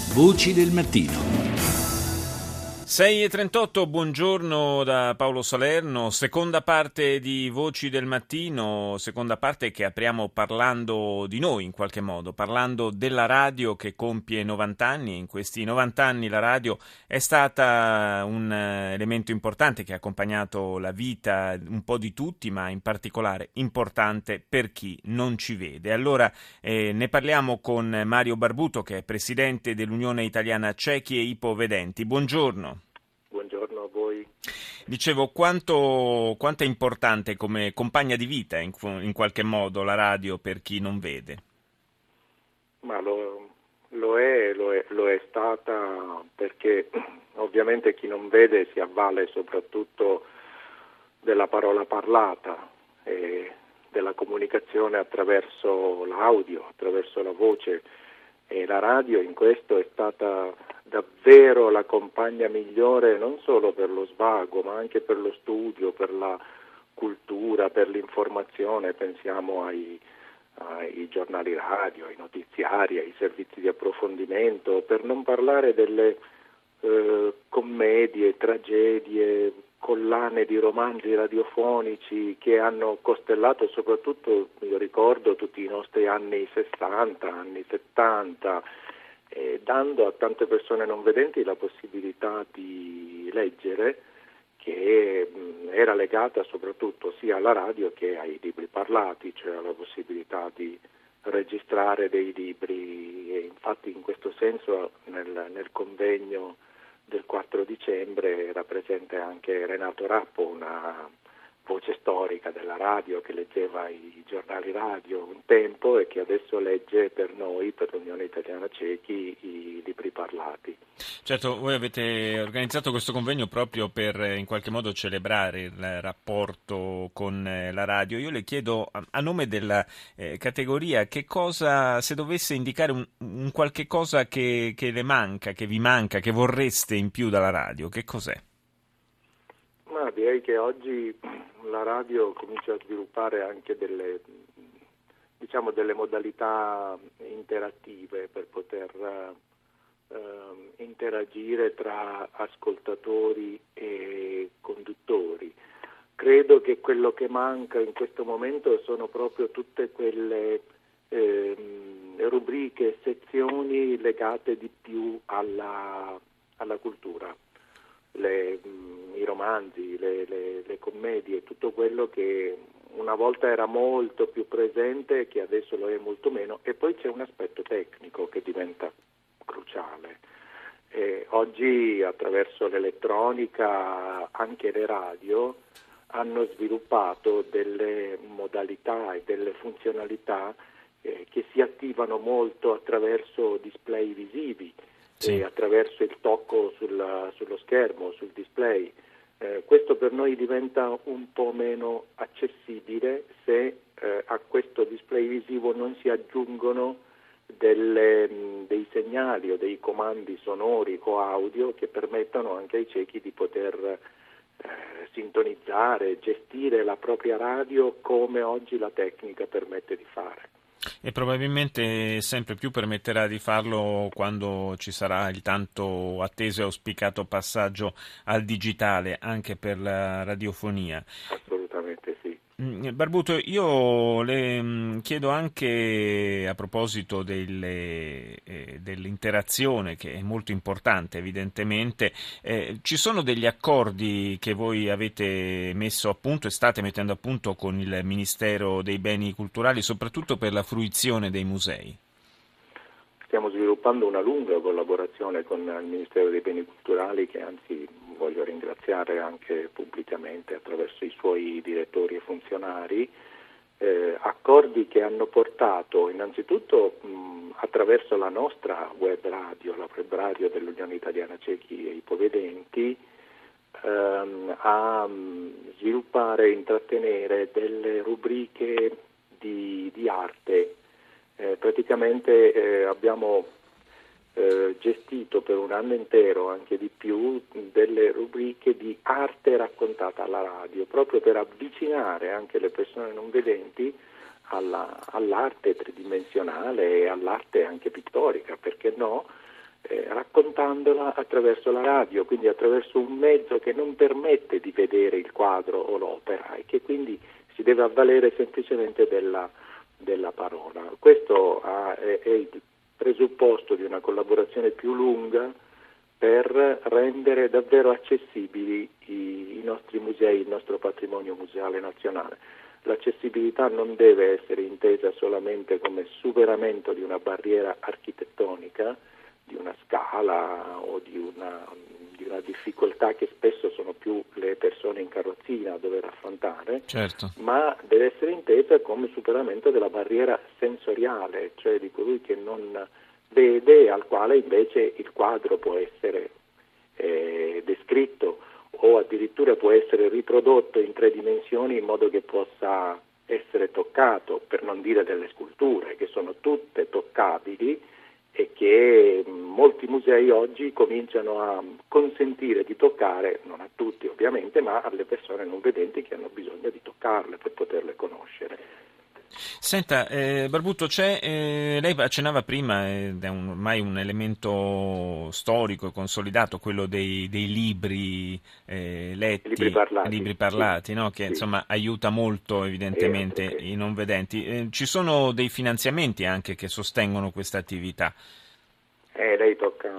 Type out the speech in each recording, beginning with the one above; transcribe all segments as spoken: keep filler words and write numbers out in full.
Voci del mattino. sei e trentotto, buongiorno da Paolo Salerno, seconda parte di Voci del Mattino, seconda parte che apriamo parlando di noi in qualche modo, parlando della radio che compie novanta anni. In questi novanta anni la radio è stata un elemento importante che ha accompagnato la vita un po' di tutti, ma in particolare importante per chi non ci vede. Allora eh, ne parliamo con Mario Barbuto, che è presidente dell'Unione Italiana Ciechi e Ipovedenti. Buongiorno. Buongiorno a voi. Dicevo, quanto, quanto è importante come compagna di vita in, in qualche modo la radio per chi non vede? Ma lo, lo, è, lo è, lo è stata perché ovviamente chi non vede si avvale soprattutto della parola parlata e della comunicazione attraverso l'audio, attraverso la voce, e la radio in questo è stata davvero la compagna migliore non solo per lo svago ma anche per lo studio, per la cultura, per l'informazione. Pensiamo ai, ai giornali radio, ai notiziari, ai servizi di approfondimento, per non parlare delle eh, commedie, tragedie, collane di romanzi radiofonici che hanno costellato soprattutto, io ricordo, tutti i nostri anni sessanta, anni settanta, eh, dando a tante persone non vedenti la possibilità di leggere, che mh, era legata soprattutto sia alla radio che ai libri parlati, cioè alla possibilità di registrare dei libri. E infatti in questo senso nel, nel convegno del quattro dicembre era presente anche Renato Rappo, una voce storica della radio che leggeva i giornali radio un tempo e che adesso legge per noi, per l'Unione Italiana Ciechi, i libri parlati. Certo, voi avete organizzato questo convegno proprio per in qualche modo celebrare il rapporto con la radio. Io le chiedo a, a nome della eh, categoria che cosa, se dovesse indicare un, un qualche cosa che, che le manca, che vi manca, che vorreste in più dalla radio, che cos'è? Ma direi che oggi la radio comincia a sviluppare anche delle, diciamo, delle modalità interattive per poter eh, interagire tra ascoltatori e conduttori. Credo che quello che manca in questo momento sono proprio tutte quelle eh, rubriche, sezioni legate di più alla, alla cultura. Le, i romanzi, le, le, le commedie, tutto quello che una volta era molto più presente e che adesso lo è molto meno. E poi c'è un aspetto tecnico che diventa cruciale. E oggi attraverso l'elettronica anche le radio hanno sviluppato delle modalità e delle funzionalità eh, che si attivano molto attraverso display visivi. Sì. E attraverso il tocco sul, sullo schermo, sul display. Eh, questo per noi diventa un po' meno accessibile se eh, a questo display visivo non si aggiungono delle, mh, dei segnali o dei comandi sonori o audio che permettano anche ai ciechi di poter eh, sintonizzare, gestire la propria radio come oggi la tecnica permette di fare. E probabilmente sempre più permetterà di farlo quando ci sarà il tanto atteso e auspicato passaggio al digitale anche per la radiofonia. Assolutamente sì. Barbuto, io le chiedo anche a proposito delle, eh, dell'interazione, che è molto importante evidentemente, eh, ci sono degli accordi che voi avete messo a punto e state mettendo a punto con il Ministero dei Beni Culturali, soprattutto per la fruizione dei musei? Stiamo sviluppando una lunga collaborazione con il Ministero dei Beni Culturali, che anzi voglio ringraziare anche pubblicamente attraverso i suoi direttori e funzionari, eh, accordi che hanno portato innanzitutto mh, attraverso la nostra web radio, la web radio dell'Unione Italiana Ciechi e Ipovedenti, ehm, a mh, sviluppare e intrattenere delle rubriche di, di arte. Eh, praticamente eh, abbiamo eh, gestito per un anno intero, anche di più, delle rubriche di arte raccontata alla radio, proprio per avvicinare anche le persone non vedenti alla, all'arte tridimensionale e all'arte anche pittorica, perché no, eh, raccontandola attraverso la radio, quindi attraverso un mezzo che non permette di vedere il quadro o l'opera e che quindi si deve avvalere semplicemente della, della parola. Questo ha, è, è il presupposto di una collaborazione più lunga per rendere davvero accessibili i, i nostri musei, il nostro patrimonio museale nazionale. L'accessibilità non deve essere intesa solamente come superamento di una barriera architettonica, di una scala o di una, di una difficoltà che spesso sono più le persone in carrozzina a dover affrontare, certo. ma deve essere intesa come superamento della barriera sensoriale, cioè di colui che non vede e al quale invece il quadro può essere eh, descritto o addirittura può essere riprodotto in tre dimensioni in modo che possa essere toccato, per non dire delle sculture che sono tutte toccabili e che molti musei oggi cominciano a consentire di toccare, non a tutti ovviamente, ma alle persone non vedenti che hanno bisogno di toccarle per poterle conoscere. Senta, eh, Barbuto, c'è, eh, lei accennava prima, ed è un, ormai un elemento storico e consolidato, quello dei, dei libri eh, letti, Libri parlati, libri parlati, sì, no? Che sì. insomma aiuta molto evidentemente Eh, i non vedenti. Eh, ci sono dei finanziamenti anche che sostengono questa attività. Eh, lei tocca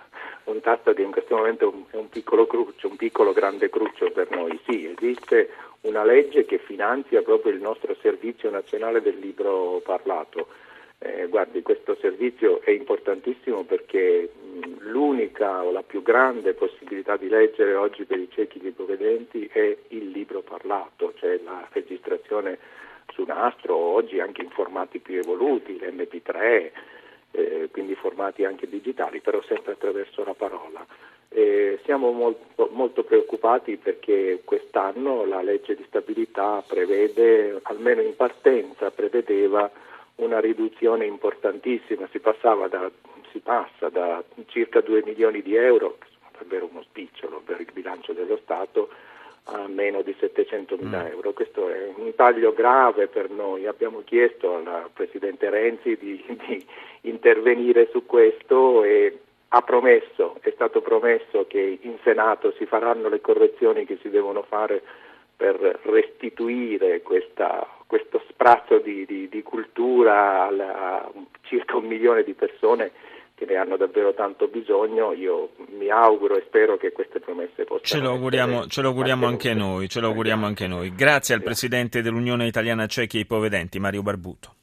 un tasto che in questo momento è un, è un piccolo cruccio, un piccolo grande cruccio per noi. Sì, esiste una legge che finanzia proprio il nostro servizio nazionale del libro parlato. Eh, guardi, questo servizio è importantissimo perché mh, l'unica o la più grande possibilità di leggere oggi per i ciechi ipovedenti è il libro parlato, cioè la registrazione su nastro, oggi anche in formati più evoluti, l'emme pi tre, eh, quindi formati anche digitali, però sempre attraverso la parola. Eh, siamo molto, molto preoccupati perché quest'anno la legge di stabilità prevede, almeno in partenza, prevedeva una riduzione importantissima, si passava da, si passa da circa due milioni di euro, che sono davvero uno spicciolo per il bilancio dello Stato, a meno di settecentomila Mm. euro. Questo è un taglio grave per noi. Abbiamo chiesto al Presidente Renzi di, di intervenire su questo e ha promesso, è stato promesso che in Senato si faranno le correzioni che si devono fare per restituire questa, questo sprazzo di, di, di cultura alla, a circa un milione di persone che ne hanno davvero tanto bisogno. Io mi auguro e spero che queste promesse possano Ce lo auguriamo, essere ce lo auguriamo anche mantenute. noi, ce lo auguriamo anche noi. Grazie al Grazie. Presidente dell'Unione Italiana Ciechi e Ipovedenti, Mario Barbuto.